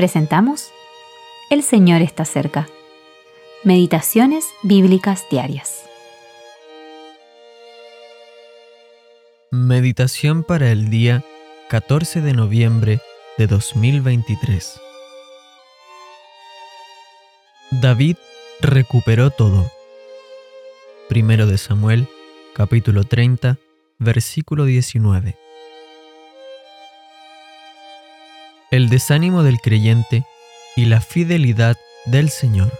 presentamos El Señor está cerca. Meditaciones bíblicas diarias. Meditación para el día 14 de noviembre de 2023. David recuperó todo. Primero de Samuel, capítulo 30, versículo 19. El desánimo del creyente y la fidelidad del Señor.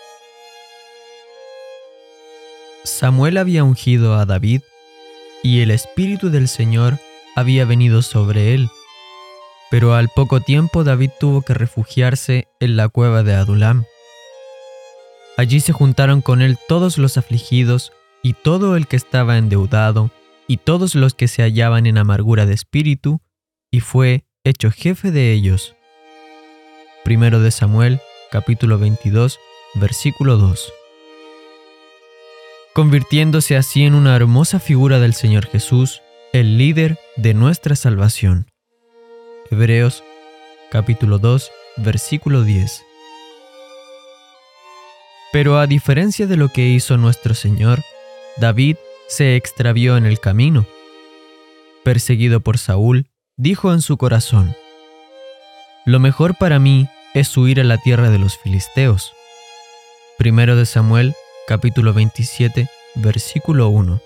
Samuel había ungido a David, y el Espíritu del Señor había venido sobre él. Pero al poco tiempo David tuvo que refugiarse en la cueva de Adulam. Allí se juntaron con él todos los afligidos, y todo el que estaba endeudado, y todos los que se hallaban en amargura de espíritu, y fue hecho jefe de ellos. Primero de Samuel, capítulo 22, versículo 2. Convirtiéndose así en una hermosa figura del Señor Jesús, el líder de nuestra salvación. Hebreos, capítulo 2, versículo 10. Pero a diferencia de lo que hizo nuestro Señor, David se extravió en el camino. Perseguido por Saúl, dijo en su corazón: «Lo mejor para mí es huir a la tierra de los filisteos». Primero de Samuel, capítulo 27, versículo 1.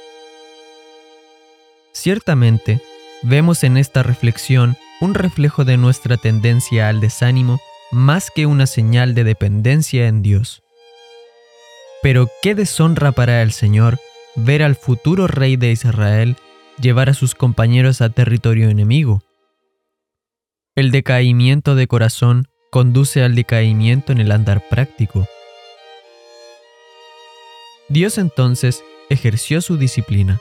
Ciertamente, vemos en esta reflexión un reflejo de nuestra tendencia al desánimo más que una señal de dependencia en Dios. Pero qué deshonra para el Señor ver al futuro rey de Israel llevar a sus compañeros a territorio enemigo. El decaimiento de corazón conduce al decaimiento en el andar práctico. Dios entonces ejerció su disciplina.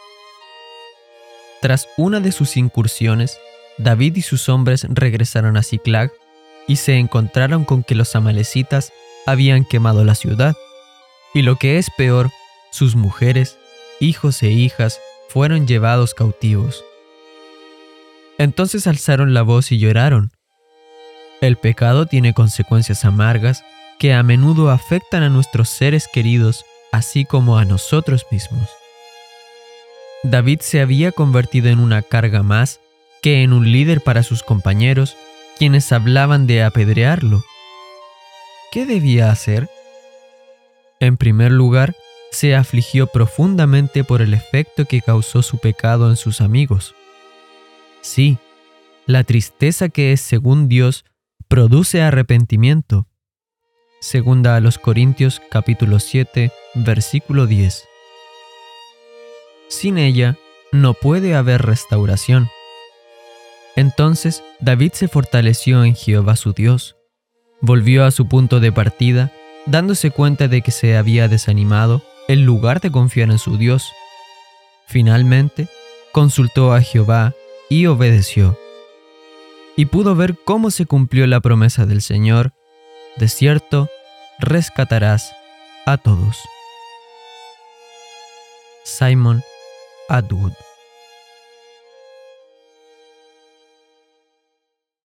Tras una de sus incursiones, David y sus hombres regresaron a Siclag y se encontraron con que los amalecitas habían quemado la ciudad, y lo que es peor, sus mujeres, hijos e hijas fueron llevados cautivos. Entonces alzaron la voz y lloraron. El pecado tiene consecuencias amargas que a menudo afectan a nuestros seres queridos, así como a nosotros mismos. David se había convertido en una carga más que en un líder para sus compañeros, quienes hablaban de apedrearlo. ¿Qué debía hacer? En primer lugar, se afligió profundamente por el efecto que causó su pecado en sus amigos. Sí, la tristeza que es según Dios produce arrepentimiento. Segunda a los Corintios capítulo 7, versículo 10. Sin ella no puede haber restauración. Entonces David se fortaleció en Jehová su Dios, volvió a su punto de partida, dándose cuenta de que se había desanimado en lugar de confiar en su Dios. Finalmente, consultó a Jehová y obedeció. Y pudo ver cómo se cumplió la promesa del Señor: de cierto, rescatarás a todos. Simon Atwood.